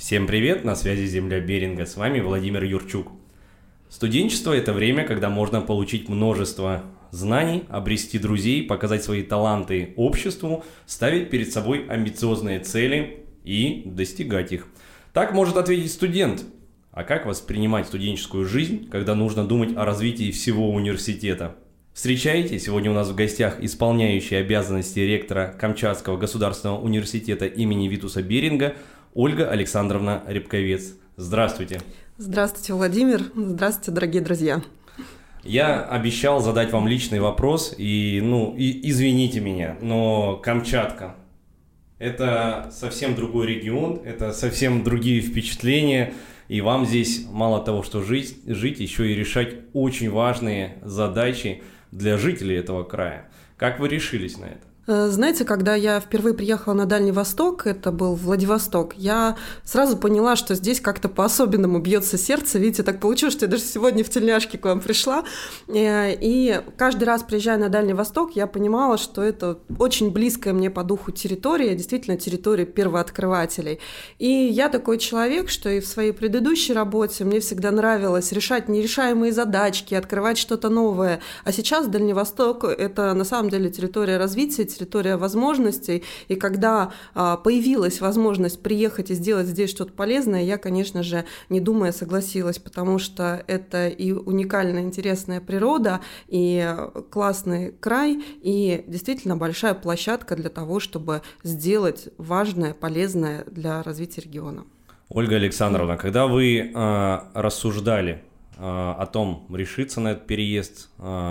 Всем привет, на связи Земля Беринга, с вами Владимир Юрчук. Студенчество – это время, когда можно получить множество знаний, обрести друзей, показать свои таланты обществу, ставить перед собой амбициозные цели и достигать их. Так может ответить студент. А как воспринимать студенческую жизнь, когда нужно думать о развитии всего университета? Встречайте, сегодня у нас в гостях исполняющий обязанности ректора Камчатского государственного университета имени Витуса Беринга Ольга Александровна Рябковец. Здравствуйте. Здравствуйте, Владимир. Здравствуйте, дорогие друзья. Я обещал задать вам личный вопрос, и извините меня, но Камчатка – это совсем другой регион, это совсем другие впечатления, и вам здесь мало того, что жить, еще и решать очень важные задачи для жителей этого края. Как вы решились на это? Знаете, когда я впервые приехала на Дальний Восток, это был Владивосток, я сразу поняла, что здесь как-то по-особенному бьется сердце. Видите, так получилось, что я даже сегодня в тельняшке к вам пришла. И каждый раз, приезжая на Дальний Восток, я понимала, что это очень близкая мне по духу территория, действительно территория первооткрывателей. И я такой человек, что и в своей предыдущей работе мне всегда нравилось решать нерешаемые задачки, открывать что-то новое. А сейчас Дальний Восток – это на самом деле территория развития, территория возможностей, и когда появилась возможность приехать и сделать здесь что-то полезное, я, конечно же, не думая, согласилась, потому что это и уникальная, интересная природа, и классный край, и действительно большая площадка для того, чтобы сделать важное, полезное для развития региона. Ольга Александровна, когда вы рассуждали о том, решиться на этот переезд,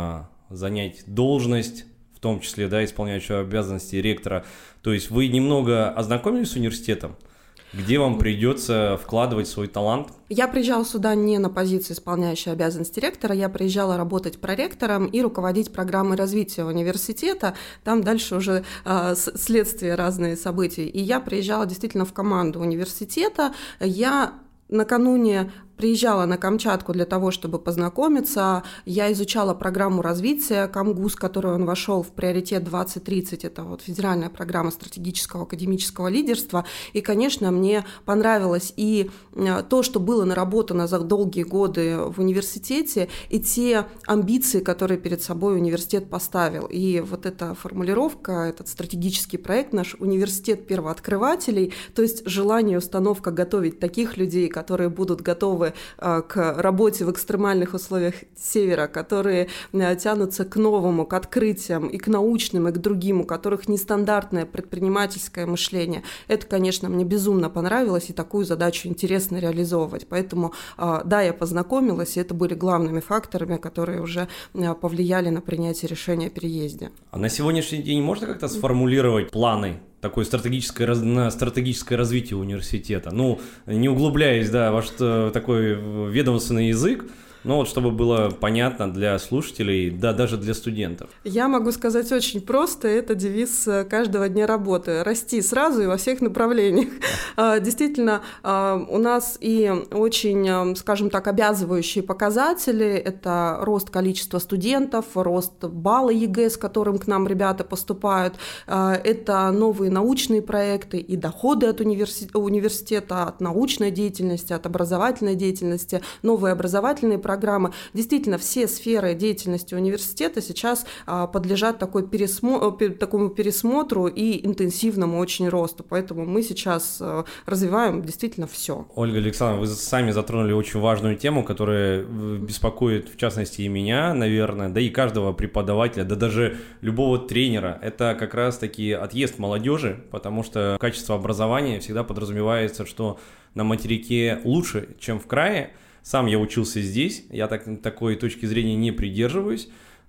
занять должность, в том числе, исполняющего обязанности ректора. То есть вы немного ознакомились с университетом, где вам придется вкладывать свой талант? Я приезжала сюда не на позицию исполняющей обязанности ректора, я приезжала работать проректором и руководить программой развития университета. Там дальше уже следствие разные события. И я приезжала действительно в команду университета. Я накануне приезжала на Камчатку для того, чтобы познакомиться. Я изучала программу развития КамГУС, в которую он вошел в приоритет 2030. Это федеральная программа стратегического академического лидерства. И, конечно, мне понравилось и то, что было наработано за долгие годы в университете, и те амбиции, которые перед собой университет поставил. И вот эта формулировка, этот стратегический проект, наш университет первооткрывателей, то есть желание, установка готовить таких людей, которые будут готовы к работе в экстремальных условиях севера, которые тянутся к новому, к открытиям и к научным, и к другим, у которых нестандартное предпринимательское мышление. Это, конечно, мне безумно понравилось, и такую задачу интересно реализовывать. Поэтому, да, я познакомилась, и это были главными факторами, которые уже повлияли на принятие решения о переезде. А на сегодняшний день можно как-то сформулировать планы? Такое стратегическое развитие университета. Не углубляясь, ваш такой ведомственный язык, но чтобы было понятно для слушателей, даже для студентов. Я могу сказать очень просто, это девиз каждого дня работы. Расти сразу и во всех направлениях. Действительно, у нас и очень, скажем так, обязывающие показатели – это рост количества студентов, рост балла ЕГЭ, с которым к нам ребята поступают, это новые научные проекты и доходы от университета, от научной деятельности, от образовательной деятельности, новые образовательные программы. Действительно, все сферы деятельности университета сейчас подлежат такому пересмотру и интенсивному очень росту. Поэтому мы сейчас развиваем действительно все. Ольга Александровна, вы сами затронули очень важную тему, которая беспокоит, в частности, и меня, наверное, да и каждого преподавателя, да даже любого тренера. Это как раз-таки отъезд молодежи, потому что качество образования всегда подразумевается, что на материке лучше, чем в крае. Сам я учился здесь, я такой точки зрения не придерживаюсь,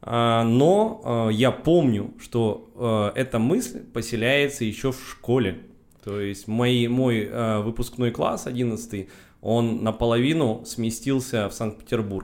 но я помню, что эта мысль поселяется еще в школе. То есть мой выпускной класс, 11-й, он наполовину сместился в Санкт-Петербург.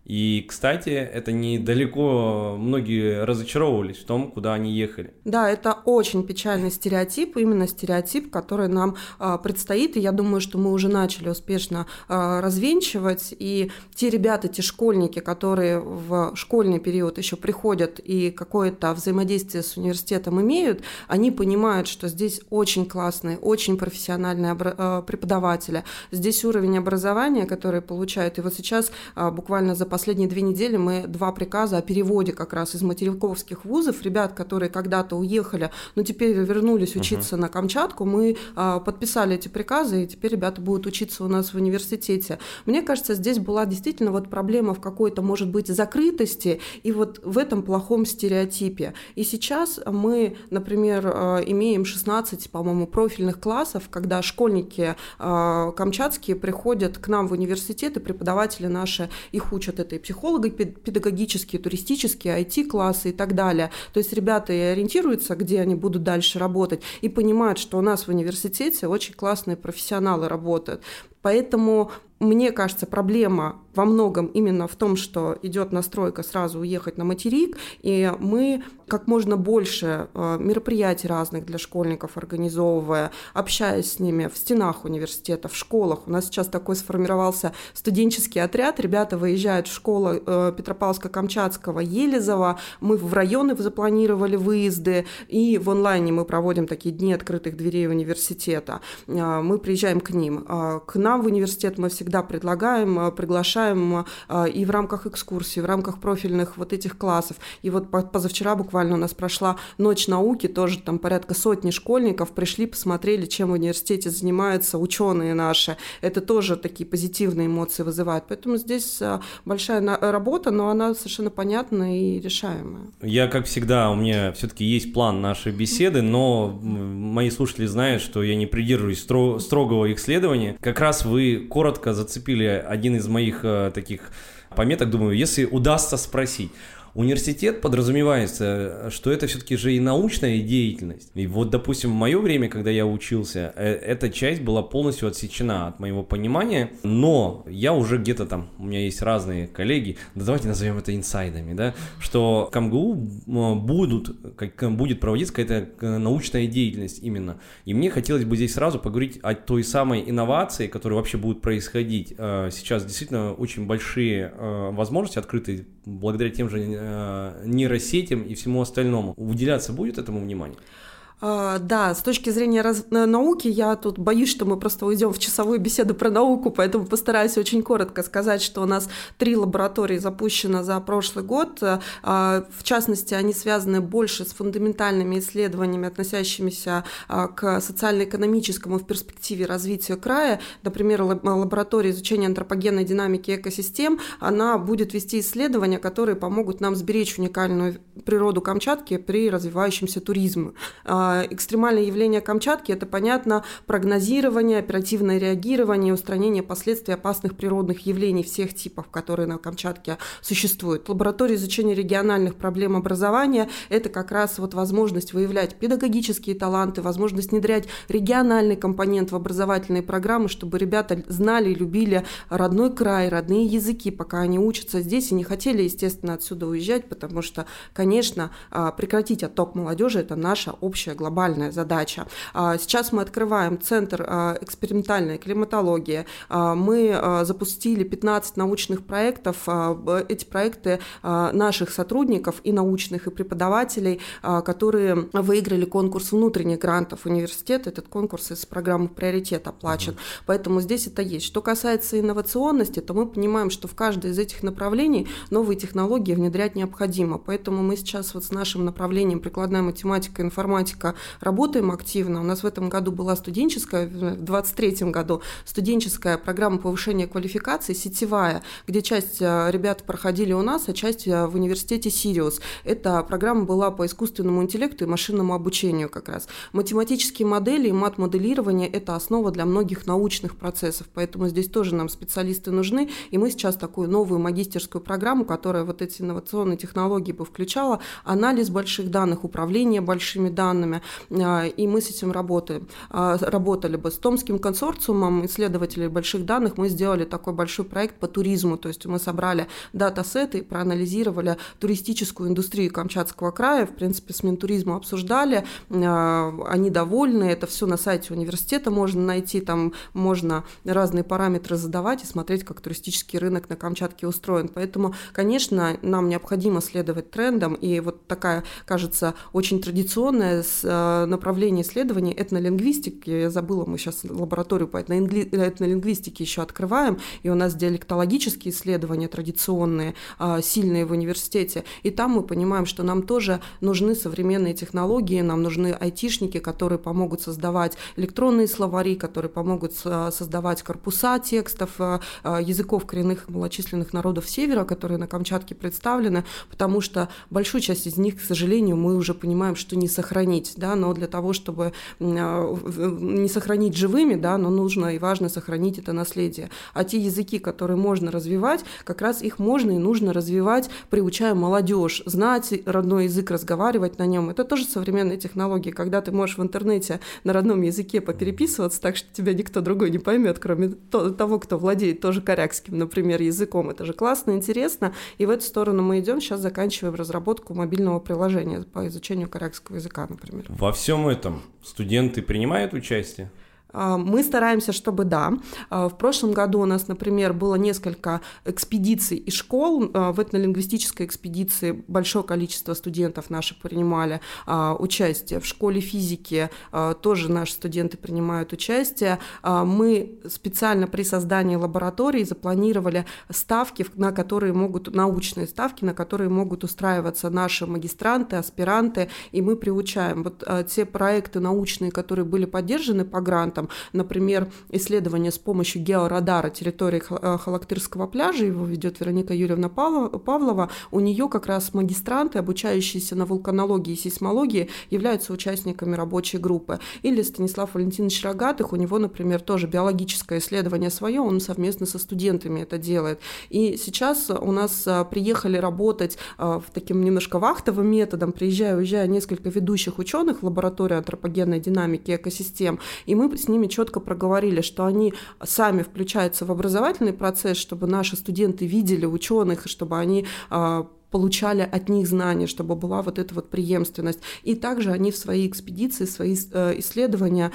И, кстати, это недалеко многие разочаровывались в том, куда они ехали. Да, это очень печальный стереотип, именно стереотип, который нам предстоит, и я думаю, что мы уже начали успешно развенчивать, и те ребята, те школьники, которые в школьный период еще приходят и какое-то взаимодействие с университетом имеют, они понимают, что здесь очень классные, очень профессиональные преподаватели, здесь уровень образования, который получают, и вот сейчас буквально за последние 2 недели мы 2 приказа о переводе как раз из материковских вузов, ребят, которые когда-то уехали, но теперь вернулись учиться на Камчатку, мы подписали эти приказы, и теперь ребята будут учиться у нас в университете. Мне кажется, здесь была действительно вот проблема в какой-то, может быть, закрытости и вот в этом плохом стереотипе. И сейчас мы, например, имеем 16, по-моему, профильных классов, когда школьники камчатские приходят к нам в университет, и преподаватели наши их учат. Это и психологи педагогические, туристические, IT-классы и так далее. То есть ребята и ориентируются, где они будут дальше работать, и понимают, что у нас в университете очень классные профессионалы работают. Поэтому, мне кажется, проблема во многом именно в том, что идет настройка сразу уехать на материк, и мы как можно больше мероприятий разных для школьников организовывая, общаясь с ними в стенах университета, в школах. У нас сейчас такой сформировался студенческий отряд, ребята выезжают в школу Петропавловска-Камчатского, Елизово, мы в районы запланировали выезды, и в онлайне мы проводим такие дни открытых дверей университета. Мы приезжаем к ним. К нам в университет мы всегда приглашаем и в рамках экскурсий, в рамках профильных вот этих классов. И вот позавчера буквально у нас прошла ночь науки, тоже там порядка 100 школьников пришли, посмотрели, чем в университете занимаются ученые наши. Это тоже такие позитивные эмоции вызывает. Поэтому здесь большая работа, но она совершенно понятная и решаемая. Я, как всегда, у меня все-таки есть план нашей беседы, но мои слушатели знают, что я не придерживаюсь строгого их следования. Как раз вы коротко зацепили один из моих таких пометок, думаю, если удастся спросить. Университет подразумевается, что это все-таки же и научная деятельность. И вот, допустим, в мое время, когда я учился, эта часть была полностью отсечена от моего понимания, но я уже где-то там, у меня есть разные коллеги, да давайте назовем это инсайдами, да, что в КамГУ будет проводиться какая-то научная деятельность именно. И мне хотелось бы здесь сразу поговорить о той самой инновации, которая вообще будет происходить. Сейчас действительно очень большие возможности открыты благодаря тем же нейросетям и всему остальному. Уделяться будет этому внимание? Да, с точки зрения науки, я тут боюсь, что мы просто уйдем в часовую беседу про науку, поэтому постараюсь очень коротко сказать, что у нас 3 лаборатории запущено за прошлый год. В частности, они связаны больше с фундаментальными исследованиями, относящимися к социально-экономическому в перспективе развития края. Например, лаборатория изучения антропогенной динамики экосистем, она будет вести исследования, которые помогут нам сберечь уникальную природу Камчатки при развивающемся туризме. Экстремальные явления Камчатки – это, понятно, прогнозирование, оперативное реагирование, устранение последствий опасных природных явлений всех типов, которые на Камчатке существуют. Лаборатория изучения региональных проблем образования – это как раз вот возможность выявлять педагогические таланты, возможность внедрять региональный компонент в образовательные программы, чтобы ребята знали и любили родной край, родные языки, пока они учатся здесь и не хотели, естественно, отсюда уезжать, потому что, конечно, прекратить отток молодежи – это наша общая глобальная задача. Сейчас мы открываем Центр экспериментальной климатологии. Мы запустили 15 научных проектов. Эти проекты наших сотрудников и научных, и преподавателей, которые выиграли конкурс внутренних грантов университета. Этот конкурс из программы «Приоритет» оплачен. Поэтому здесь это есть. Что касается инновационности, то мы понимаем, что в каждое из этих направлений новые технологии внедрять необходимо. Поэтому мы сейчас вот с нашим направлением прикладная математика, информатика работаем активно. У нас в этом году была студенческая, в 2023 году студенческая программа повышения квалификации, сетевая, где часть ребят проходили у нас, а часть в университете Сириус. Эта программа была по искусственному интеллекту и машинному обучению как раз. Математические модели и мат-моделирование – это основа для многих научных процессов, поэтому здесь тоже нам специалисты нужны, и мы сейчас такую новую магистерскую программу, которая вот эти инновационные технологии бы включала, анализ больших данных, управление большими данными, время, и мы с этим работаем. Работали бы с Томским консорциумом исследователей больших данных, мы сделали такой большой проект по туризму, то есть мы собрали датасеты и проанализировали туристическую индустрию Камчатского края, в принципе, с Минтуризмом обсуждали, они довольны, это все на сайте университета можно найти, там можно разные параметры задавать и смотреть, как туристический рынок на Камчатке устроен. Поэтому, конечно, нам необходимо следовать трендам, и вот такая, кажется, очень традиционное направление исследований этнолингвистики, я забыла, мы сейчас лабораторию по этнолингвистике еще открываем, и у нас диалектологические исследования традиционные, сильные в университете, и там мы понимаем, что нам тоже нужны современные технологии, нам нужны айтишники, которые помогут создавать электронные словари, которые помогут создавать корпуса текстов языков коренных малочисленных народов Севера, которые на Камчатке представлены, потому что большую часть из них, к сожалению, мы уже понимаем, что не сохранить, да, но для того, чтобы не сохранить живыми, да, но нужно и важно сохранить это наследие. А те языки, которые можно развивать, как раз их можно и нужно развивать, приучая молодежь, знать родной язык, разговаривать на нем. Это тоже современные технологии, когда ты можешь в интернете на родном языке попереписываться так, что тебя никто другой не поймет, кроме того, кто владеет тоже корякским, например, языком. Это же классно, интересно, и в эту сторону мы идем. Сейчас заканчиваем разработку мобильного приложения по изучению корякского языка, например. Во всем этом студенты принимают участие? Мы стараемся, чтобы да. В прошлом году у нас, например, было несколько экспедиций из школ. В этнолингвистической экспедиции большое количество студентов наших принимали участие. В школе физики тоже наши студенты принимают участие. Мы специально при создании лаборатории запланировали ставки, на которые могут, научные ставки, на которые могут устраиваться наши магистранты, аспиранты, и мы приучаем. Вот те проекты научные, которые были поддержаны по грантам, например, исследование с помощью георадара территории Халактырского пляжа, его ведет Вероника Юрьевна Павлова, у нее как раз магистранты, обучающиеся на вулканологии и сейсмологии, являются участниками рабочей группы. Или Станислав Валентинович Рогатых, у него, например, тоже биологическое исследование свое, он совместно со студентами это делает. И сейчас у нас приехали работать таким немножко вахтовым методом, приезжая, уезжая несколько ведущих ученых в лабораторию антропогенной динамики экосистем, и мы с ними четко проговорили, что они сами включаются в образовательный процесс, чтобы наши студенты видели ученых, чтобы они получали от них знания, чтобы была вот эта вот преемственность. И также они в свои экспедиции, свои исследования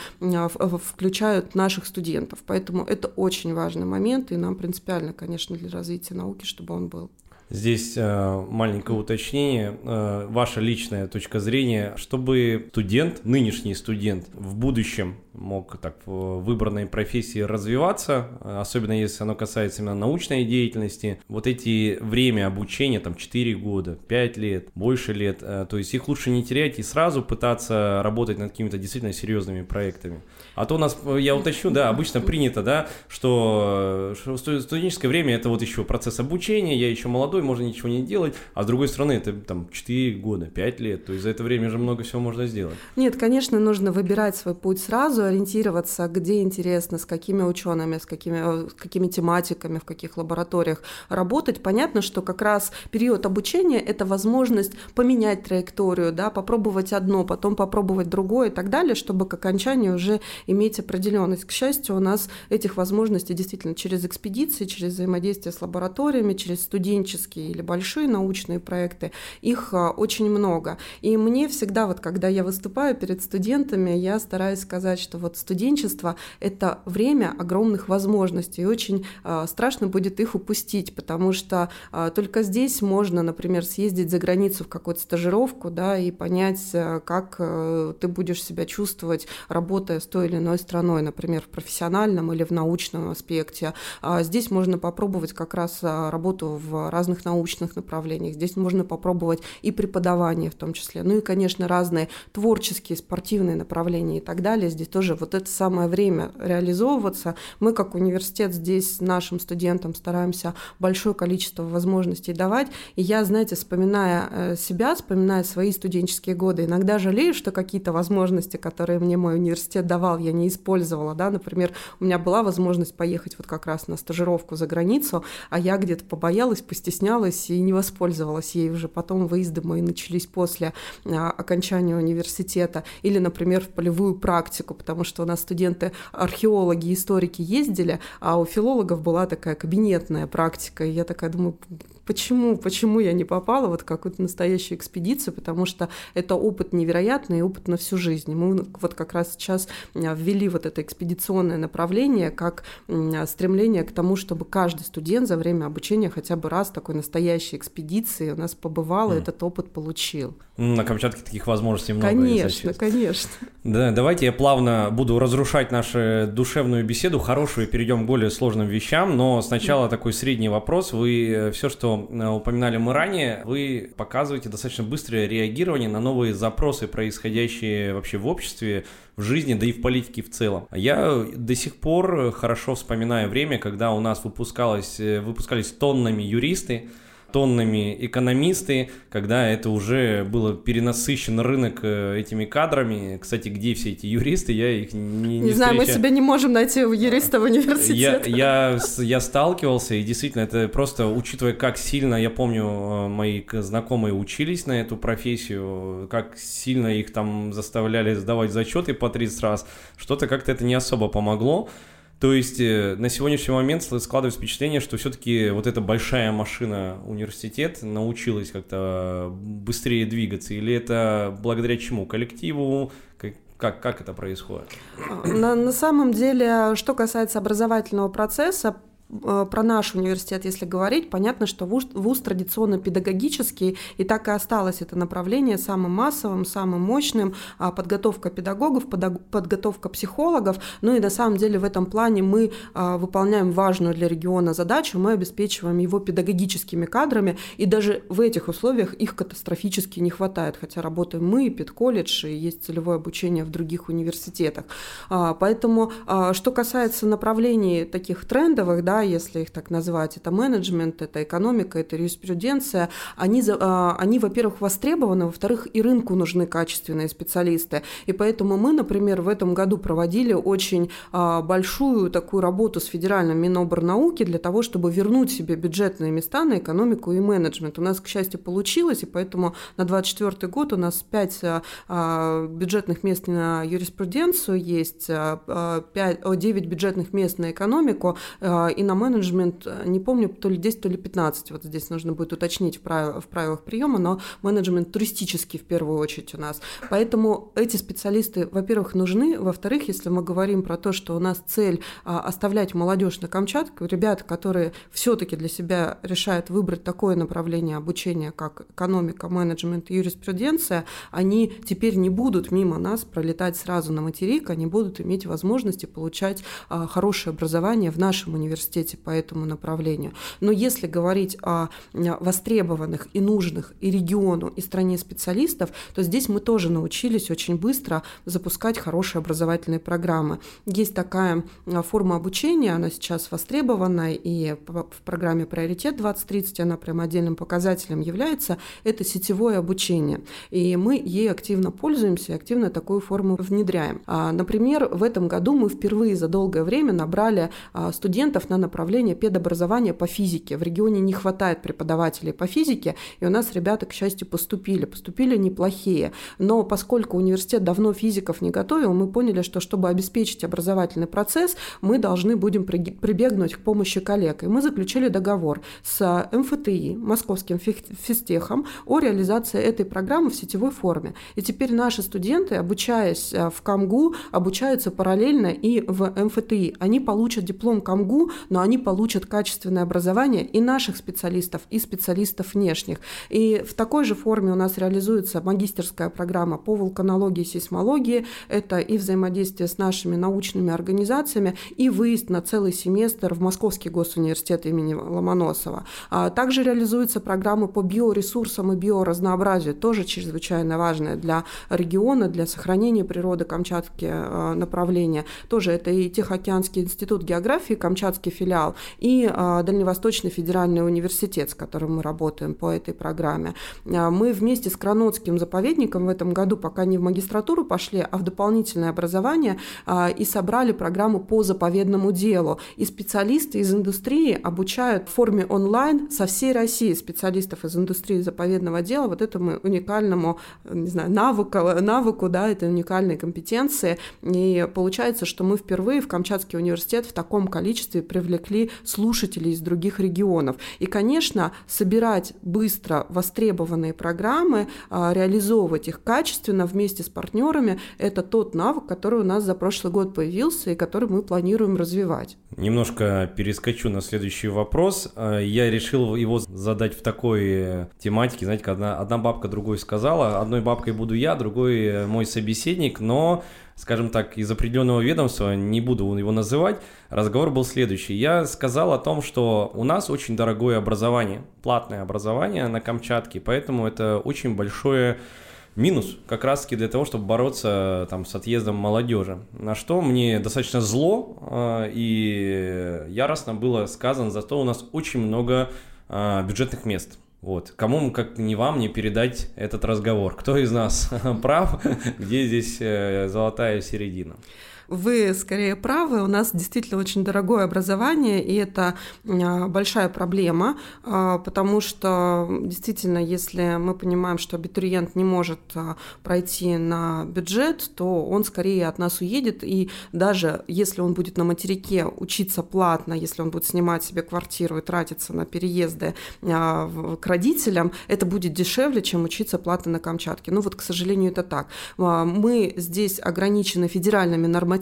включают наших студентов. Поэтому это очень важный момент, и нам принципиально, конечно, для развития науки, чтобы он был. Здесь маленькое уточнение, ваша личная точка зрения, чтобы студент, нынешний студент в будущем мог так в выбранной профессии развиваться, особенно если оно касается именно научной деятельности, вот эти время обучения, там 4 года, 5 лет, больше лет, то есть их лучше не терять и сразу пытаться работать над какими-то действительно серьезными проектами. А то у нас, я уточню, да, обычно принято, да, что студенческое время это вот еще процесс обучения, я еще молодой, можно ничего не делать, а с другой стороны это там 4 года, 5 лет, то есть за это время же много всего можно сделать. Нет, конечно, нужно выбирать свой путь сразу, ориентироваться, где интересно, с какими учеными, с какими тематиками, в каких лабораториях работать. Понятно, что как раз период обучения – это возможность поменять траекторию, да, попробовать одно, потом попробовать другое и так далее, чтобы к окончанию уже иметь определенность. К счастью, у нас этих возможностей действительно через экспедиции, через взаимодействие с лабораториями, через студенческие или большие научные проекты, их очень много. И мне всегда, вот когда я выступаю перед студентами, я стараюсь сказать, что вот студенчество – это время огромных возможностей, и очень страшно будет их упустить, потому что только здесь можно, например, съездить за границу в какую-то стажировку, да, и понять, как ты будешь себя чувствовать, работая с той или иной страной, например, в профессиональном или в научном аспекте. Здесь можно попробовать как раз работу в разных научных направлениях, здесь можно попробовать и преподавание в том числе, ну и, конечно, разные творческие, спортивные направления и так далее. Здесь тоже тоже вот это самое время реализовываться. Мы, как университет, здесь нашим студентам стараемся большое количество возможностей давать. И я, знаете, вспоминая себя, вспоминая свои студенческие годы, иногда жалею, что какие-то возможности, которые мне мой университет давал, я не использовала. Да? Например, у меня была возможность поехать вот как раз на стажировку за границу, а я где-то побоялась, постеснялась и не воспользовалась ей. Уже потом выезды мои начались после окончания университета. Или, например, в полевую практику, потому что у нас студенты, археологи, историки ездили, а у филологов была такая кабинетная практика. И я такая думаю, почему я не попала вот в какую-то настоящую экспедицию, потому что это опыт невероятный, опыт на всю жизнь. Мы вот как раз сейчас ввели вот это экспедиционное направление как стремление к тому, чтобы каждый студент за время обучения хотя бы раз такой настоящей экспедиции у нас побывал и этот опыт получил. На Камчатке таких возможностей много. Конечно. Да, давайте я плавно буду разрушать нашу душевную беседу, хорошую, и перейдем к более сложным вещам, но сначала такой средний вопрос. Вы все, что упоминали мы ранее, вы показываете достаточно быстрое реагирование на новые запросы, происходящие вообще в обществе, в жизни, да и в политике в целом. Я до сих пор хорошо вспоминаю время, когда у нас выпускались тоннами юристы, тоннами экономисты, когда это уже было перенасыщен рынок этими кадрами. Кстати, где все эти юристы? Я их не знаю, мы себя не можем найти у юриста в университете. Я сталкивался, и действительно, это просто, учитывая, как сильно, я помню, мои знакомые учились на эту профессию, как сильно их там заставляли сдавать зачеты по 30 раз, что-то как-то это не особо помогло. То есть на сегодняшний момент складывается впечатление, что все-таки вот эта большая машина университет научилась как-то быстрее двигаться, или это благодаря чему? Коллективу? Как это происходит? На самом деле, что касается образовательного процесса, про наш университет, если говорить, понятно, что вуз традиционно педагогический, и так и осталось это направление самым массовым, самым мощным, подготовка педагогов, подготовка психологов. Ну и на самом деле в этом плане мы выполняем важную для региона задачу, мы обеспечиваем его педагогическими кадрами, и даже в этих условиях их катастрофически не хватает, хотя работаем мы, педколледж, и есть целевое обучение в других университетах. Поэтому, что касается направлений таких трендовых, да, если их так назвать, это менеджмент, это экономика, это юриспруденция, они, во-первых, востребованы, во-вторых, и рынку нужны качественные специалисты. И поэтому мы, например, в этом году проводили очень большую такую работу с федеральным Минобрнауки для того, чтобы вернуть себе бюджетные места на экономику и менеджмент. У нас, к счастью, получилось, и поэтому на 2024 год у нас 5 бюджетных мест на юриспруденцию есть, 9 бюджетных мест на экономику, и на менеджмент, не помню, то ли 10, то ли 15, вот здесь нужно будет уточнить в правилах приема, но менеджмент туристический в первую очередь у нас. Поэтому эти специалисты, во-первых, нужны, во-вторых, если мы говорим про то, что у нас цель оставлять молодежь на Камчатке, ребята, которые все-таки для себя решают выбрать такое направление обучения, как экономика, менеджмент и юриспруденция, они теперь не будут мимо нас пролетать сразу на материк, они будут иметь возможности получать хорошее образование в нашем университете по этому направлению. Но если говорить о востребованных и нужных и региону, и стране специалистов, то здесь мы тоже научились очень быстро запускать хорошие образовательные программы. Есть такая форма обучения, она сейчас востребована, и в программе «Приоритет 2030» она прям отдельным показателем является, это сетевое обучение. И мы ей активно пользуемся, и активно такую форму внедряем. Например, в этом году мы впервые за долгое время набрали студентов на направление педобразования по физике. В регионе не хватает преподавателей по физике, и у нас ребята, к счастью, поступили неплохие. Но поскольку университет давно физиков не готовил, мы поняли, что чтобы обеспечить образовательный процесс, мы должны будем прибегнуть к помощи коллег. И мы заключили договор с МФТИ, Московским физтехом, о реализации этой программы в сетевой форме. И теперь наши студенты, обучаясь в КамГУ, обучаются параллельно и в МФТИ. Они получат диплом КамГУ, но но они получат качественное образование и наших специалистов, и специалистов внешних. И в такой же форме у нас реализуется магистерская программа по вулканологии и сейсмологии. Это и взаимодействие с нашими научными организациями, и выезд на целый семестр в Московский госуниверситет имени Ломоносова. Также реализуются программы по биоресурсам и биоразнообразию, тоже чрезвычайно важное для региона, для сохранения природы Камчатки направление. Тоже это и Тихоокеанский институт географии, Камчатский филиал, и Дальневосточный федеральный университет, с которым мы работаем по этой программе. Мы вместе с Кранотским заповедником в этом году пока не в магистратуру пошли, а в дополнительное образование, и собрали программу по заповедному делу. И специалисты из индустрии обучают в форме онлайн со всей России специалистов из индустрии заповедного дела вот этому уникальному, не знаю, навыку, да, этой уникальной компетенции. И получается, что мы впервые в Камчатский университет в таком количестве привлекли слушателей из других регионов. И, конечно, собирать быстро востребованные программы, реализовывать их качественно вместе с партнерами – это тот навык, который у нас за прошлый год появился и который мы планируем развивать. Немножко перескочу на следующий вопрос. Я решил его задать в такой тематике. Знаете, когда одна бабка другой сказала, одной бабкой буду я, другой мой собеседник, но, скажем так, из определенного ведомства, не буду его называть, разговор был следующий. Я сказал о том, что у нас очень дорогое образование, платное образование на Камчатке, поэтому это очень большое минус как раз-таки для того, чтобы бороться там с отъездом молодежи. На что мне достаточно зло и яростно было сказано, зато у нас очень много бюджетных мест. Вот. Кому, как не вам, не передать этот разговор? Кто из нас прав? Где здесь золотая середина? Вы скорее правы, у нас действительно очень дорогое образование, и это большая проблема, потому что действительно, если мы понимаем, что абитуриент не может пройти на бюджет, то он скорее от нас уедет, и даже если он будет на материке учиться платно, если он будет снимать себе квартиру и тратиться на переезды к родителям, это будет дешевле, чем учиться платно на Камчатке. Ну вот, к сожалению, это так. Мы здесь ограничены федеральными нормативами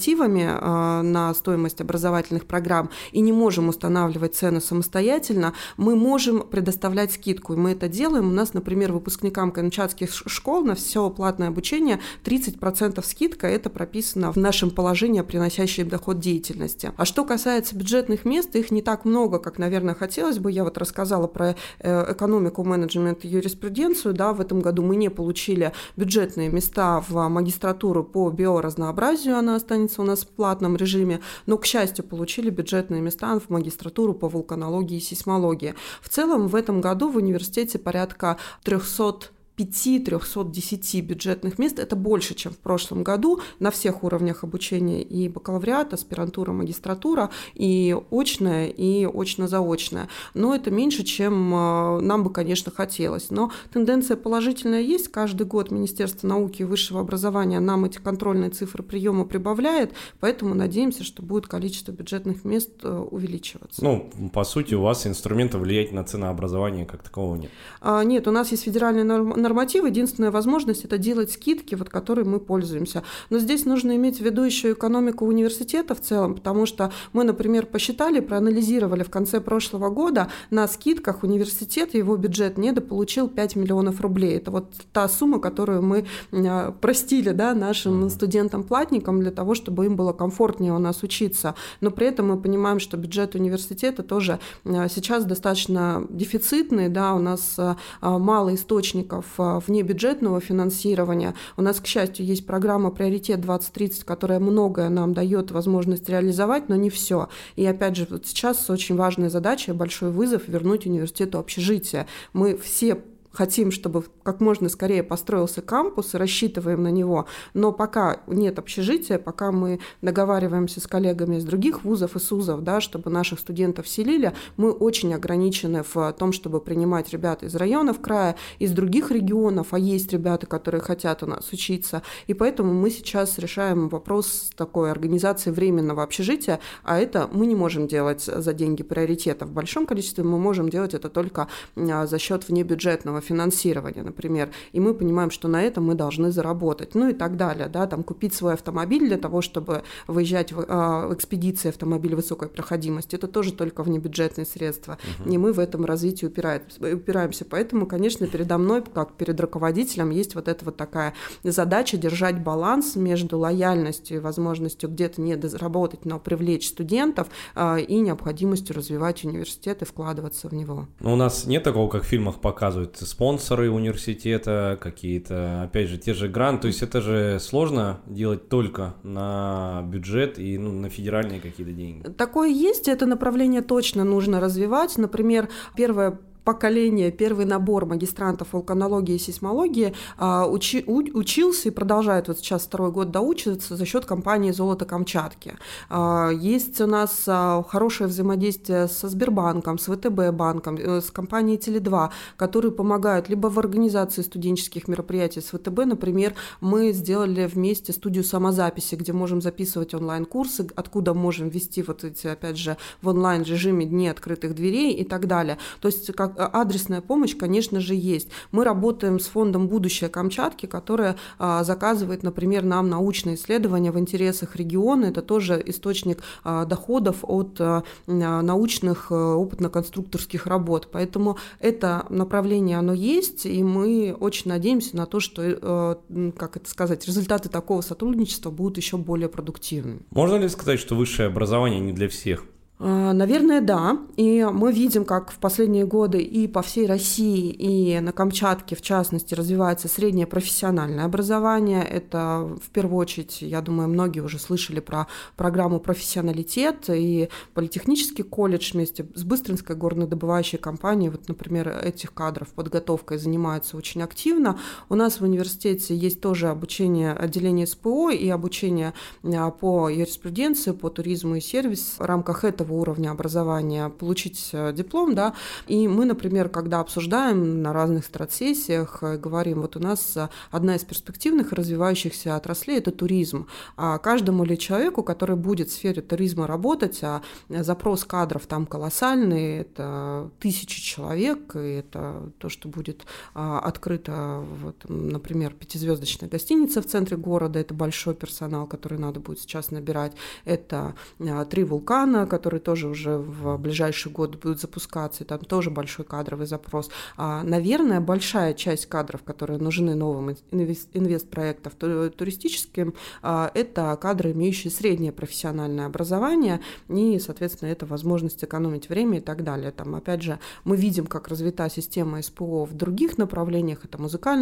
на стоимость образовательных программ и не можем устанавливать цены самостоятельно, мы можем предоставлять скидку. И мы это делаем. У нас, например, выпускникам камчатских школ на все платное обучение 30% скидка. Это прописано в нашем положении о приносящей доход деятельности. А что касается бюджетных мест, их не так много, как, наверное, хотелось бы. Я вот рассказала про экономику, менеджмент и юриспруденцию. Да, в этом году мы не получили бюджетные места в магистратуру по биоразнообразию, она останется у нас в платном режиме, но, к счастью, получили бюджетные места в магистратуру по вулканологии и сейсмологии. В целом, в этом году в университете порядка 310 бюджетных мест. Это больше, чем в прошлом году на всех уровнях обучения: и бакалавриат, аспирантура, магистратура, и очная, и очно-заочная. Но это меньше, чем нам бы, конечно, хотелось. Но тенденция положительная есть. Каждый год Министерство науки и высшего образования нам эти контрольные цифры приема прибавляет, поэтому надеемся, что будет количество бюджетных мест увеличиваться. Ну, по сути, у вас инструмента влиять на ценообразование как такового нет? Нет, у нас есть федеральные нормативы. Единственная возможность – это делать скидки, вот, которой мы пользуемся. Но здесь нужно иметь в виду еще экономику университета в целом, потому что мы, например, посчитали, проанализировали в конце прошлого года, на скидках университет, его бюджет недополучил 5 миллионов рублей. Это вот та сумма, которую мы простили, да, нашим студентам-платникам для того, чтобы им было комфортнее у нас учиться. Но при этом мы понимаем, что бюджет университета тоже сейчас достаточно дефицитный, да, у нас мало источников внебюджетного финансирования. У нас, к счастью, есть программа «Приоритет 2030», которая многое нам дает возможность реализовать, но не все. И опять же, вот сейчас очень важная задача, большой вызов — вернуть университету общежитие. Мы все хотим, чтобы как можно скорее построился кампус, и рассчитываем на него, но пока нет общежития, пока мы договариваемся с коллегами из других вузов и СУЗов, да, чтобы наших студентов селили, мы очень ограничены в том, чтобы принимать ребят из районов края, из других регионов, а есть ребята, которые хотят у нас учиться, и поэтому мы сейчас решаем вопрос такой организации временного общежития, а это мы не можем делать за деньги приоритета. В большом количестве мы можем делать это только за счет внебюджетного финансирования, например, и мы понимаем, что на этом мы должны заработать, ну и так далее, да, там купить свой автомобиль для того, чтобы выезжать в экспедиции автомобиля высокой проходимости, это тоже только внебюджетные средства, и мы в этом развитии упираемся, поэтому, конечно, передо мной, как перед руководителем, есть вот эта вот такая задача держать баланс между лояльностью и возможностью где-то не доработать, но привлечь студентов и необходимостью развивать университет и вкладываться в него. Но у нас нет такого, как в фильмах показывают, спонсоры университета, какие-то, опять же, те же гранты, то есть это же сложно делать только на бюджет и на федеральные какие-то деньги. Такое есть, это направление точно нужно развивать. Например, первое поколение, первый набор магистрантов вулканологии и сейсмологии учился и продолжает вот сейчас 2-й год доучиваться за счет компании «Золото Камчатки». Есть у нас хорошее взаимодействие со Сбербанком, с ВТБ банком, с компанией Теле2, которые помогают либо в организации студенческих мероприятий с ВТБ, например, мы сделали вместе студию самозаписи, где можем записывать онлайн-курсы, откуда можем вести вот эти, опять же, в онлайн-режиме дни открытых дверей и так далее. То есть как адресная помощь, конечно же, есть. Мы работаем с фондом «Будущее Камчатки», которое заказывает, например, нам научные исследования в интересах региона. Это тоже источник доходов от научных опытно-конструкторских работ. Поэтому это направление, оно есть, и мы очень надеемся на то, что, как это сказать, результаты такого сотрудничества будут еще более продуктивными. Можно ли сказать, что высшее образование не для всех? Наверное, да. И мы видим, как в последние годы и по всей России, и на Камчатке, в частности, развивается среднее профессиональное образование. Это, в первую очередь, я думаю, многие уже слышали про программу «Профессионалитет», и Политехнический колледж вместе с Быстринской горнодобывающей компанией, вот, например, этих кадров подготовкой занимаются очень активно. У нас в университете есть тоже обучение отделения СПО и обучение по юриспруденции, по туризму и сервис в рамках этого уровня образования получить диплом, да, и мы, например, когда обсуждаем на разных стратсессиях, говорим, вот у нас одна из перспективных развивающихся отраслей – это туризм, а каждому ли человеку, который будет в сфере туризма работать, а запрос кадров там колоссальный, это 1000 человек, и это то, что будет открыто, вот, например, 5-звездочная гостиница в центре города, это большой персонал, который надо будет сейчас набирать, это 3 вулкана, которые тоже уже в ближайший год будут запускаться, и там тоже большой кадровый запрос. Наверное, большая часть кадров, которые нужны новым инвестпроектам туристическим, это кадры, имеющие среднее профессиональное образование, и, соответственно, это возможность экономить время и так далее. Там, опять же, мы видим, как развита система СПО в других направлениях, это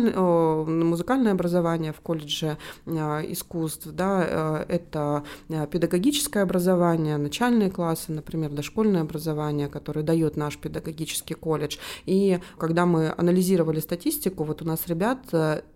музыкальное образование в колледже искусств, да, это педагогическое образование, начальные классы, например, дошкольное образование, которое дает наш педагогический колледж. И когда мы анализировали статистику, вот у нас ребят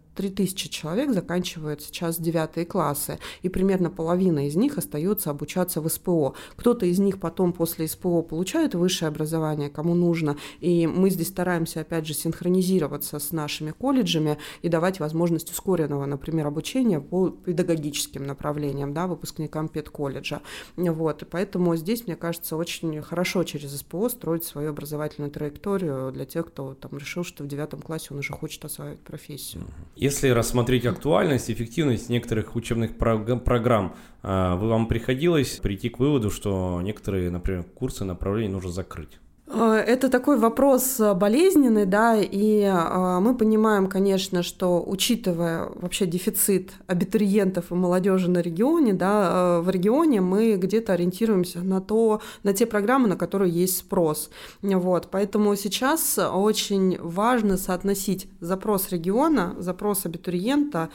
3000 человек заканчивают сейчас 9 классы, и примерно половина из них остается обучаться в СПО. Кто-то из них потом после СПО получает высшее образование, кому нужно, и мы здесь стараемся, опять же, синхронизироваться с нашими колледжами и давать возможность ускоренного, например, обучения по педагогическим направлениям, да, выпускникам педколледжа. Вот, и поэтому здесь, мне кажется, очень хорошо через СПО строить свою образовательную траекторию для тех, кто там решил, что в 9 классе он уже хочет осваивать профессию. Если рассмотреть актуальность, эффективность некоторых учебных программ, вам приходилось прийти к выводу, что некоторые, например, курсы, направления нужно закрыть? Это такой вопрос болезненный, да, и мы понимаем, конечно, что, учитывая вообще дефицит абитуриентов и молодежи на регионе, да, в регионе мы где-то ориентируемся на те программы, на которые есть спрос. Вот, поэтому сейчас очень важно соотносить запрос региона, запрос абитуриента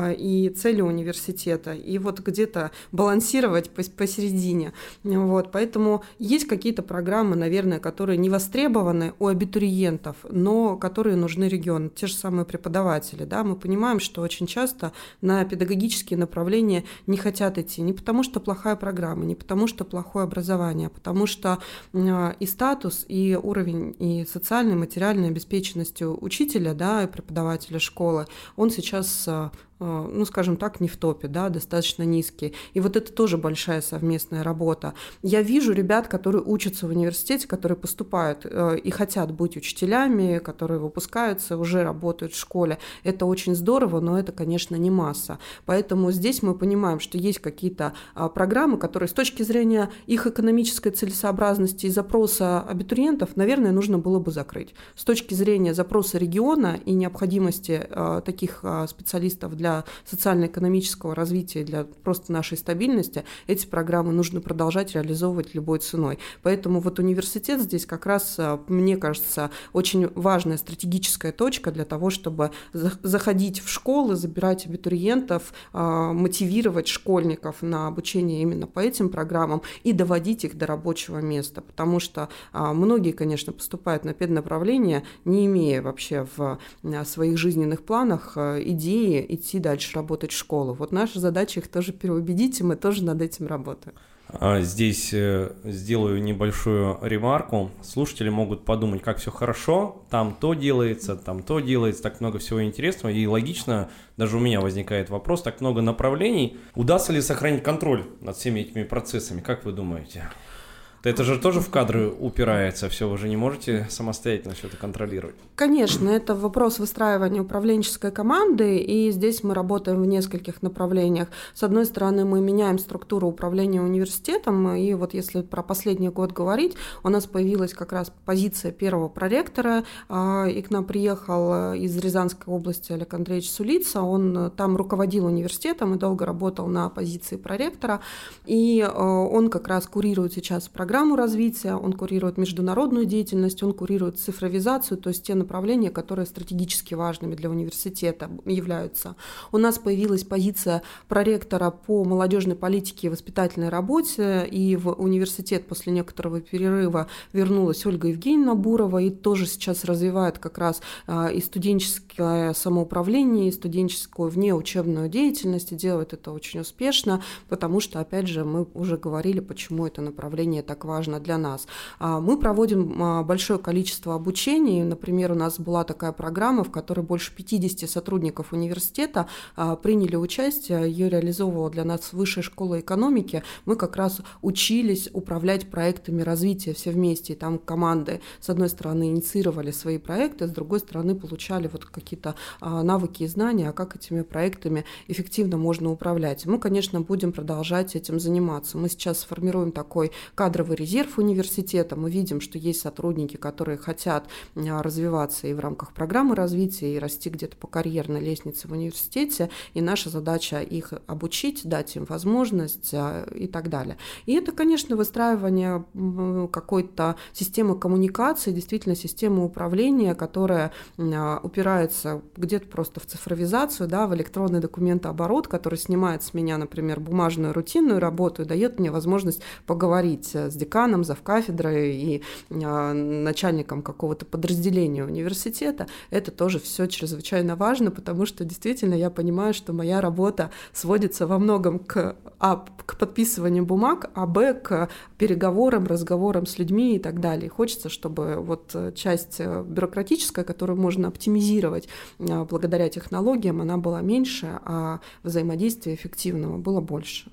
и цели университета, и вот где-то балансировать посередине. Вот, поэтому есть какие-то программы, наверное, которые не востребованы у абитуриентов, но которые нужны региону, те же самые преподаватели. Да? Мы понимаем, что очень часто на педагогические направления не хотят идти не потому, что плохая программа, не потому, что плохое образование, а потому что и статус, и уровень, и социальной, материальной обеспеченности учителя, да, и преподавателя школы, он сейчас ну, скажем так, не в топе, да, достаточно низкие. И вот это тоже большая совместная работа. Я вижу ребят, которые учатся в университете, которые поступают и хотят быть учителями, которые выпускаются, уже работают в школе. Это очень здорово, но это, конечно, не масса. Поэтому здесь мы понимаем, что есть какие-то программы, которые с точки зрения их экономической целесообразности и запроса абитуриентов, наверное, нужно было бы закрыть. С точки зрения запроса региона и необходимости таких специалистов для социально-экономического развития, для просто нашей стабильности, эти программы нужно продолжать реализовывать любой ценой. Поэтому вот университет здесь как раз, мне кажется, очень важная стратегическая точка для того, чтобы заходить в школы, забирать абитуриентов, мотивировать школьников на обучение именно по этим программам и доводить их до рабочего места. Потому что многие, конечно, поступают на педнаправление, не имея вообще в своих жизненных планах идеи идти дальше работать в школу. Вот наша задача их тоже переубедить, и мы тоже над этим работаем. Здесь сделаю небольшую ремарку. Слушатели могут подумать, как все хорошо, там то делается, так много всего интересного. И логично, даже у меня возникает вопрос, так много направлений. Удастся ли сохранить контроль над всеми этими процессами, как вы думаете? Это же тоже в кадры упирается, все, вы же не можете самостоятельно все это контролировать. Конечно, это вопрос выстраивания управленческой команды, и здесь мы работаем в нескольких направлениях. С одной стороны, мы меняем структуру управления университетом, и вот если про последний год говорить, у нас появилась как раз позиция первого проректора, и к нам приехал из Рязанской области Олег Андреевич Сулица, он там руководил университетом и долго работал на позиции проректора, и он как раз курирует сейчас программу развития, он курирует международную деятельность, он курирует цифровизацию, то есть те направления, которые стратегически важными для университета являются. У нас появилась позиция проректора по молодежной политике и воспитательной работе, и в университет после некоторого перерыва вернулась Ольга Евгеньевна Бурова, и тоже сейчас развивает как раз и студенческое самоуправление, и студенческую внеучебную деятельность, и делает это очень успешно, потому что, опять же, мы уже говорили, почему это направление так важно для нас. Мы проводим большое количество обучений. Например, у нас была такая программа, в которой больше 50 сотрудников университета приняли участие. Ее реализовывала для нас Высшая школа экономики. Мы как раз учились управлять проектами развития все вместе. И там команды, с одной стороны, инициировали свои проекты, с другой стороны, получали вот какие-то навыки и знания, как этими проектами эффективно можно управлять. Мы, конечно, будем продолжать этим заниматься. Мы сейчас формируем такой кадровый резерв университета. Мы видим, что есть сотрудники, которые хотят развиваться и в рамках программы развития, и расти где-то по карьерной лестнице в университете, и наша задача их обучить, дать им возможность и так далее. И это, конечно, выстраивание какой-то системы коммуникации, действительно системы управления, которая упирается где-то просто в цифровизацию, да, в электронный документооборот, который снимает с меня, например, бумажную рутинную работу и дает мне возможность поговорить с деканом, завкафедрой и начальником какого-то подразделения университета. Это тоже все чрезвычайно важно, потому что действительно я понимаю, что моя работа сводится во многом к подписыванию бумаг, а б, к переговорам, разговорам с людьми и так далее. И хочется, чтобы вот часть бюрократическая, которую можно оптимизировать благодаря технологиям, она была меньше, а взаимодействия эффективного было больше.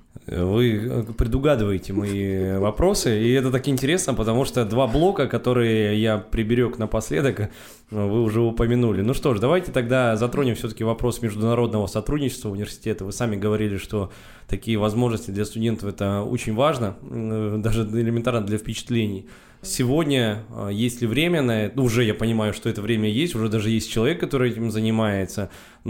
Вы предугадываете мои вопросы, и это так интересно, потому что два блока, которые я приберег напоследок, вы уже упомянули. Ну что ж, давайте тогда затронем все-таки вопрос международного сотрудничества университета. Вы сами говорили, что такие возможности для студентов – это очень важно, даже элементарно для впечатлений. Сегодня есть ли время на это? Уже я понимаю, что это время есть, уже даже есть человек, который этим занимается,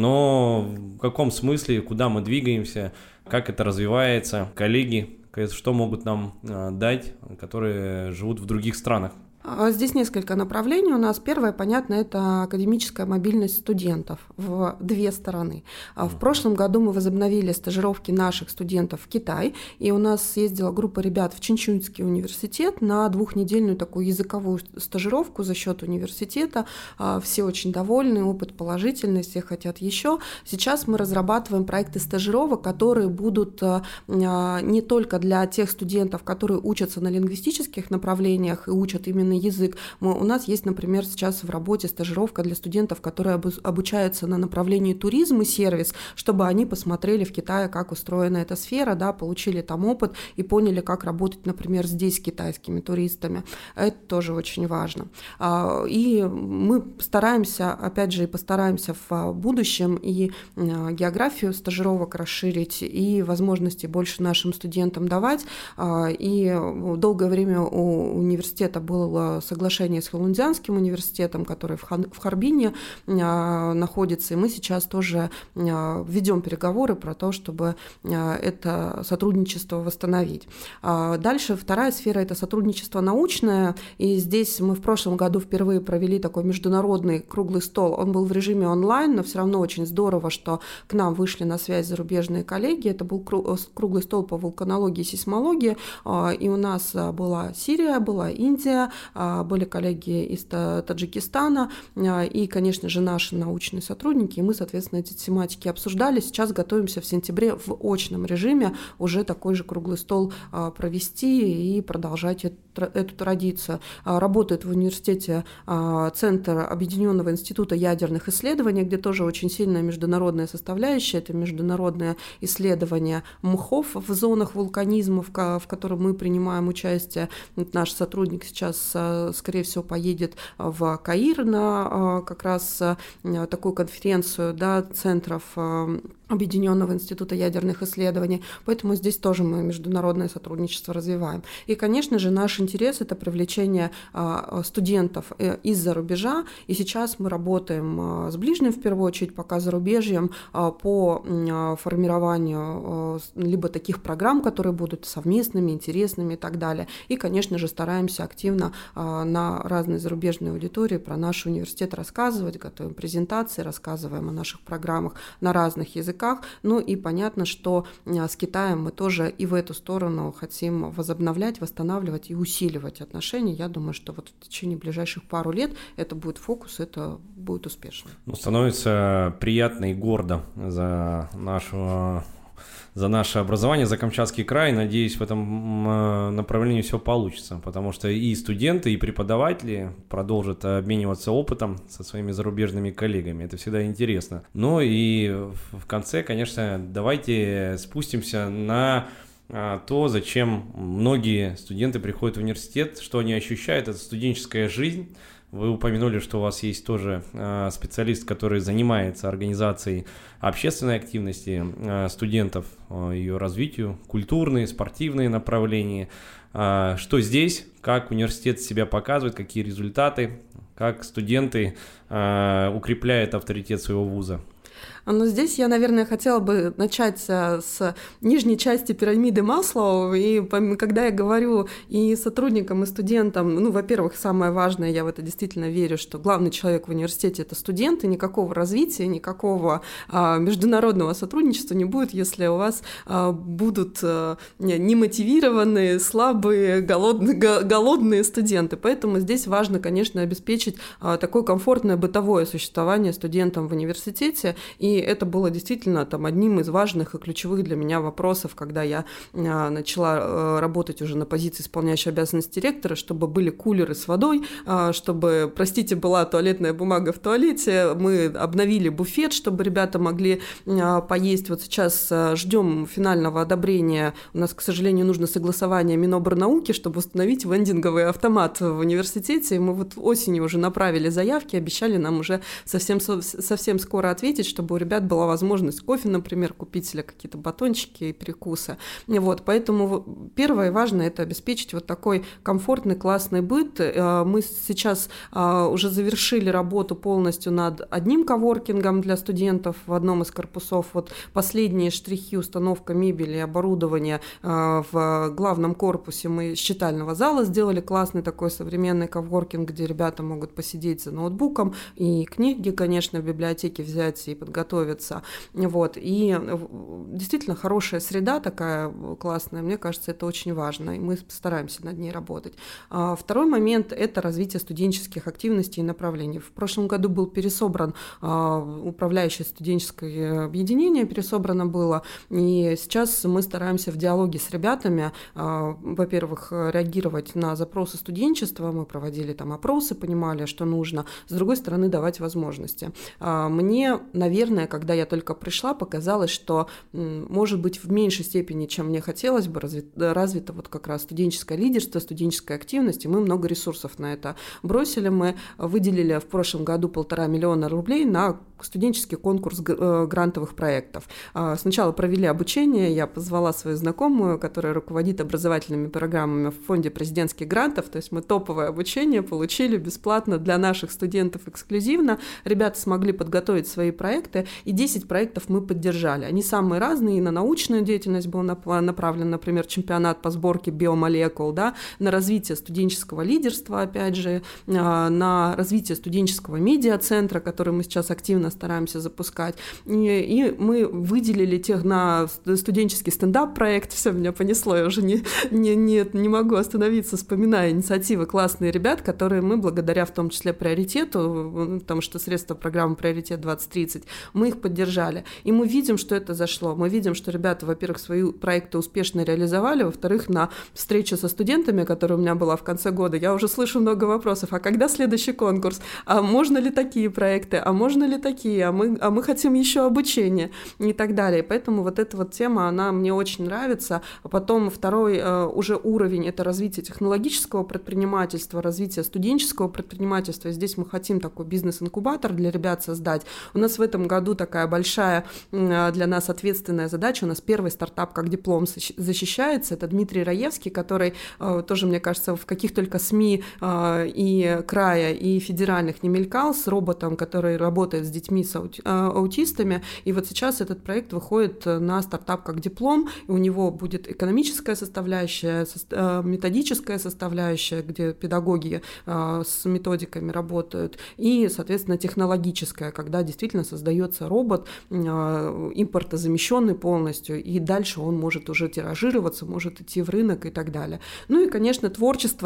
но в каком смысле, куда мы двигаемся, как это развивается, коллеги, что могут нам дать, которые живут в других странах? Здесь несколько направлений у нас. Первое, понятно, это академическая мобильность студентов в две стороны. В прошлом году мы возобновили стажировки наших студентов в Китай, и у нас съездила группа ребят в Чунчуньский университет на двухнедельную такую языковую стажировку за счет университета. Все очень довольны, опыт положительный, все хотят еще. Сейчас мы разрабатываем проекты стажировок, которые будут не только для тех студентов, которые учатся на лингвистических направлениях и учат именно иностранный язык. У нас есть, например, сейчас в работе стажировка для студентов, которые обучаются на направлении туризм и сервис, чтобы они посмотрели в Китае, как устроена эта сфера, да, получили там опыт и поняли, как работать, например, здесь с китайскими туристами. Это тоже очень важно. И мы стараемся, опять же, и постараемся в будущем и географию стажировок расширить, и возможности больше нашим студентам давать. И долгое время у университета было соглашение с Хэлунцзянским университетом, который в Харбине находится, и мы сейчас тоже ведем переговоры про то, чтобы это сотрудничество восстановить. Дальше вторая сфера – это сотрудничество научное, и здесь мы в прошлом году впервые провели такой международный круглый стол. Он был в режиме онлайн, но все равно очень здорово, что к нам вышли на связь зарубежные коллеги. Это был круглый стол по вулканологии и сейсмологии, и у нас была Сирия, была Индия, были коллеги из Таджикистана и, конечно же, наши научные сотрудники, и мы, соответственно, эти тематики обсуждали. Сейчас готовимся в сентябре в очном режиме уже такой же круглый стол провести и продолжать эту традицию. Работает в университете Центр Объединенного института ядерных исследований, где тоже очень сильная международная составляющая. Это международное исследование мхов в зонах вулканизма, в котором мы принимаем участие. Наш сотрудник сейчас, скорее всего, поедет в Каир на как раз такую конференцию, да, центров Объединенного института ядерных исследований, поэтому здесь тоже мы международное сотрудничество развиваем. И, конечно же, наш интерес – это привлечение студентов из-за рубежа, и сейчас мы работаем с ближним, в первую очередь, пока зарубежьем, по формированию либо таких программ, которые будут совместными, интересными и так далее. И, конечно же, стараемся активно на разные зарубежные аудитории про наш университет рассказывать, готовим презентации, рассказываем о наших программах на разных языках. Ну и понятно, что с Китаем мы тоже и в эту сторону хотим возобновлять, восстанавливать и усиливать отношения. Я думаю, что вот в течение ближайших пару лет это будет фокус, это будет успешно. Становится приятно и гордо за наше образование, за Камчатский край. Надеюсь, в этом направлении все получится, потому что и студенты, и преподаватели продолжат обмениваться опытом со своими зарубежными коллегами. Это всегда интересно. Ну и в конце, конечно, давайте спустимся на то, зачем многие студенты приходят в университет, что они ощущают, это студенческая жизнь. Вы упомянули, что у вас есть тоже специалист, который занимается организацией общественной активности студентов, ее развитию, культурные, спортивные направления. Что здесь, как университет себя показывает, какие результаты, как студенты укрепляют авторитет своего вуза? Но здесь я, наверное, хотела бы начать с нижней части пирамиды Маслоу. И когда я говорю и сотрудникам, и студентам, ну, во-первых, самое важное, я в это действительно верю, что главный человек в университете – это студент, и никакого развития, никакого международного сотрудничества не будет, если у вас будут немотивированные, слабые, голодные студенты. Поэтому здесь важно, конечно, обеспечить такое комфортное бытовое существование студентам в университете. И это было действительно одним из важных и ключевых для меня вопросов, когда я начала работать уже на позиции исполняющей обязанности директора, чтобы были кулеры с водой, чтобы, простите, была туалетная бумага в туалете, мы обновили буфет, чтобы ребята могли поесть. Вот сейчас ждем финального одобрения. У нас, к сожалению, нужно согласование Минобрнауки, чтобы установить вендинговый автомат в университете. И мы вот осенью уже направили заявки, обещали нам уже совсем скоро ответить, чтобы у ребят была возможность кофе, например, купить или какие-то батончики и перекусы. Вот, поэтому первое важное – это обеспечить вот такой комфортный, классный быт. Мы сейчас уже завершили работу полностью над одним коворкингом для студентов в одном из корпусов. Вот последние штрихи, установка мебели и оборудования в главном корпусе мы с читального зала сделали классный такой современный коворкинг, где ребята могут посидеть за ноутбуком и книги, конечно, в библиотеке взять и подготовить готовиться. Вот. И действительно хорошая среда такая классная, мне кажется, это очень важно, и мы стараемся над ней работать. Второй момент – это развитие студенческих активностей и направлений. В прошлом году был пересобран управляющее студенческое объединение, пересобрано было, и сейчас мы стараемся в диалоге с ребятами, во-первых, реагировать на запросы студенчества, мы проводили там опросы, понимали, что нужно, с другой стороны, давать возможности. Мне, наверное, когда я только пришла, показалось, что, может быть, в меньшей степени, чем мне хотелось бы, развито вот как раз студенческое лидерство, студенческая активность, и мы много ресурсов на это бросили. Мы выделили в прошлом году 1,5 миллиона рублей на студенческий конкурс грантовых проектов. Сначала провели обучение, я позвала свою знакомую, которая руководит образовательными программами в фонде президентских грантов, то есть мы топовое обучение получили бесплатно для наших студентов эксклюзивно. Ребята смогли подготовить свои проекты, и 10 проектов мы поддержали. Они самые разные, и на научную деятельность был направлен, например, чемпионат по сборке биомолекул, да, на развитие студенческого лидерства, опять же, на развитие студенческого медиацентра, который мы сейчас активно стараемся запускать. И мы выделили тех на студенческий стендап-проект. Все, меня понесло, я уже не могу остановиться, вспоминая инициативы классные ребят, которые мы, благодаря в том числе приоритету, потому что средства программы «Приоритет 2030», мы их поддержали. И мы видим, что это зашло. Мы видим, что ребята, во-первых, свои проекты успешно реализовали, во-вторых, на встрече со студентами, которая у меня была в конце года, я уже слышу много вопросов. А когда следующий конкурс? А можно ли такие проекты? А можно ли такие? А мы хотим еще обучение и так далее. Поэтому вот эта вот тема, она мне очень нравится. А потом второй уже уровень – это развитие технологического предпринимательства, развитие студенческого предпринимательства. И здесь мы хотим такой бизнес-инкубатор для ребят создать. У нас в этом году такая большая для нас ответственная задача. У нас первый стартап как диплом защищается. Это Дмитрий Раевский, который тоже, мне кажется, в каких только СМИ и края, и федеральных не мелькал, с роботом, который работает с детьми с аутистами. И вот сейчас этот проект выходит на стартап как диплом, и у него будет экономическая составляющая, методическая составляющая, где педагоги с методиками работают, и, соответственно, технологическая, когда действительно создается робот, импортозамещенный полностью, и дальше он может уже тиражироваться, может идти в рынок и так далее. Ну и, конечно, творчество,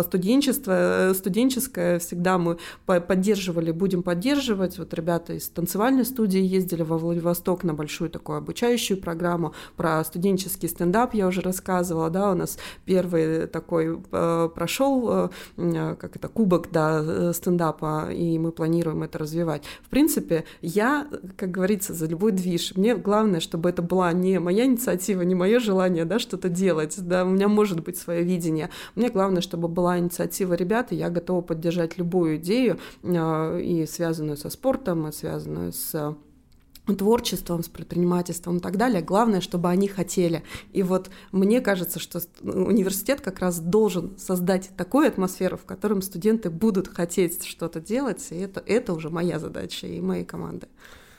студенческое всегда мы поддерживали, будем поддерживать. Вот ребята из танцевальной студии ездили во Владивосток на большую такую обучающую программу. Про студенческий стендап я уже рассказывала, да, у нас первый такой прошел, кубок, да, стендапа, и мы планируем это развивать. В принципе, я, как говорится, за любой движ. Мне главное, чтобы это была не моя инициатива, не мое желание, да, что-то делать, да, у меня может быть свое видение. Мне главное, чтобы была инициатива ребят, и я готова поддержать любую идею, и связанную со спортом, и связанную с творчеством, с предпринимательством и так далее. Главное, чтобы они хотели. И вот мне кажется, что университет как раз должен создать такую атмосферу, в которой студенты будут хотеть что-то делать, и это уже моя задача и моей команды.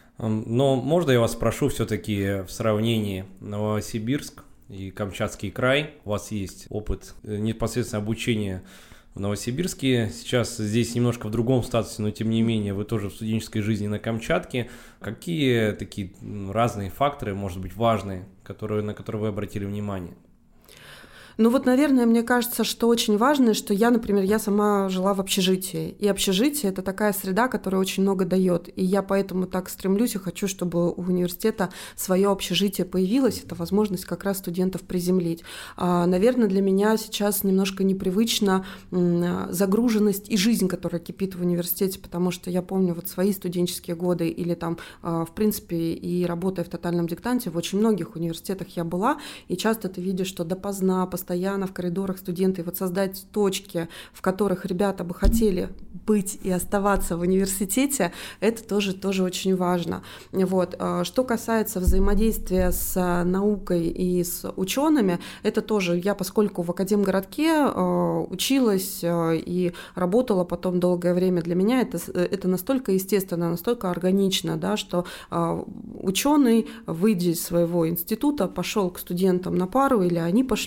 Но можно я вас спрошу все-таки в сравнении Новосибирск и Камчатский край? У вас есть опыт непосредственно обучения в Новосибирске. Сейчас здесь немножко в другом статусе, но тем не менее вы тоже в студенческой жизни на Камчатке. Какие такие разные факторы, может быть, важные, на которые вы обратили внимание? Ну вот, наверное, мне кажется, что очень важно, что я сама жила в общежитии. И общежитие – это такая среда, которая очень много дает. И я поэтому так стремлюсь и хочу, чтобы у университета свое общежитие появилось. Это возможность как раз студентов приземлить. Наверное, для меня сейчас немножко непривычна загруженность и жизнь, которая кипит в университете, потому что я помню вот свои студенческие годы или там, в принципе, и работая в тотальном диктанте, в очень многих университетах я была, и часто ты видишь, что допоздна, постоянно в коридорах студенты, и вот создать точки, в которых ребята бы хотели быть и оставаться в университете, это тоже очень важно. Вот. Что касается взаимодействия с наукой и с учеными, это тоже я, поскольку в Академгородке училась и работала потом долгое время, для меня это настолько естественно, настолько органично, да, что ученый, выйдя из своего института, пошел к студентам на пару, или они пошли к нему в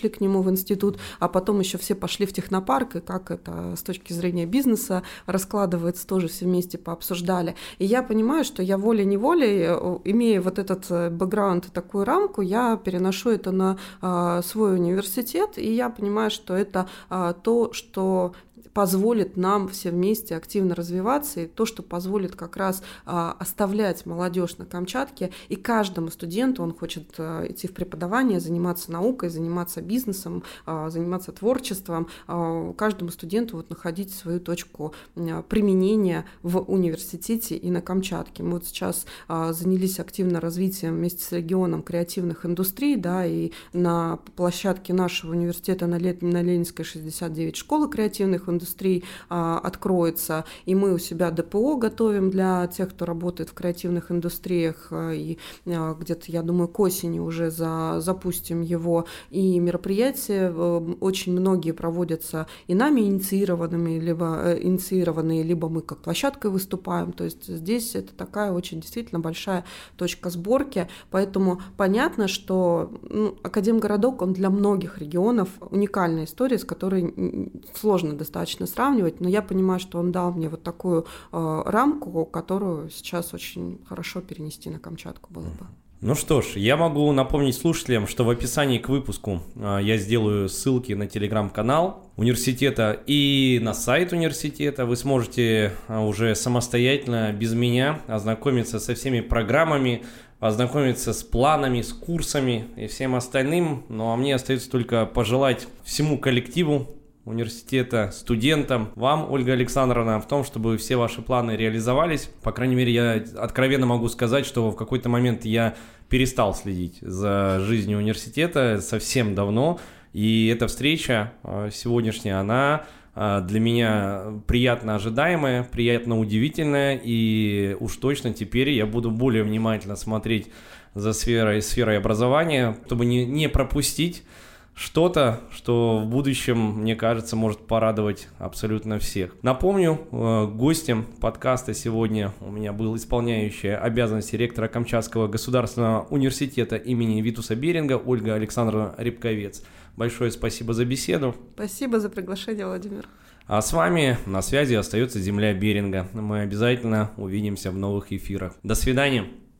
институт, а потом еще все пошли в технопарк, и как это с точки зрения бизнеса раскладывается, тоже все вместе пообсуждали. И я понимаю, что я волей-неволей, имея вот этот бэкграунд и такую рамку, я переношу это на свой университет, и я понимаю, что это то, что позволит нам все вместе активно развиваться, и то, что позволит как раз оставлять молодежь на Камчатке, и каждому студенту, он хочет идти в преподавание, заниматься наукой, заниматься бизнесом, заниматься творчеством, каждому студенту вот находить свою точку применения в университете и на Камчатке. Мы вот сейчас занялись активно развитием вместе с регионом креативных индустрий, да, и на площадке нашего университета на Ленинской 69 школы креативных индустрий откроется, и мы у себя ДПО готовим для тех, кто работает в креативных индустриях, и где-то, я думаю, к осени уже запустим его, и мероприятия очень многие проводятся и нами инициированные, либо мы как площадкой выступаем, то есть здесь это такая очень действительно большая точка сборки, поэтому понятно, что Академгородок, он для многих регионов уникальная история, с которой сложно достаточно сравнивать, но я понимаю, что он дал мне вот такую рамку, которую сейчас очень хорошо перенести на Камчатку было бы. Ну что ж, я могу напомнить слушателям, что в описании к выпуску я сделаю ссылки на телеграм-канал университета и на сайт университета. Вы сможете уже самостоятельно, без меня, ознакомиться со всеми программами, ознакомиться с планами, с курсами и всем остальным. Ну а мне остается только пожелать всему коллективу университета, студентам, вам, Ольга Александровна, в том, чтобы все ваши планы реализовались. По крайней мере, я откровенно могу сказать, что в какой-то момент я перестал следить за жизнью университета совсем давно, и эта встреча сегодняшняя, она для меня приятно ожидаемая, приятно удивительная, и уж точно теперь я буду более внимательно смотреть за сферой образования, чтобы не пропустить что-то, что в будущем, мне кажется, может порадовать абсолютно всех. Напомню, гостем подкаста сегодня у меня был исполняющая обязанности ректора Камчатского государственного университета имени Витуса Беринга Ольга Александровна Рябковец. Большое спасибо за беседу. Спасибо за приглашение, Владимир. А с вами на связи остается земля Беринга. Мы обязательно увидимся в новых эфирах. До свидания.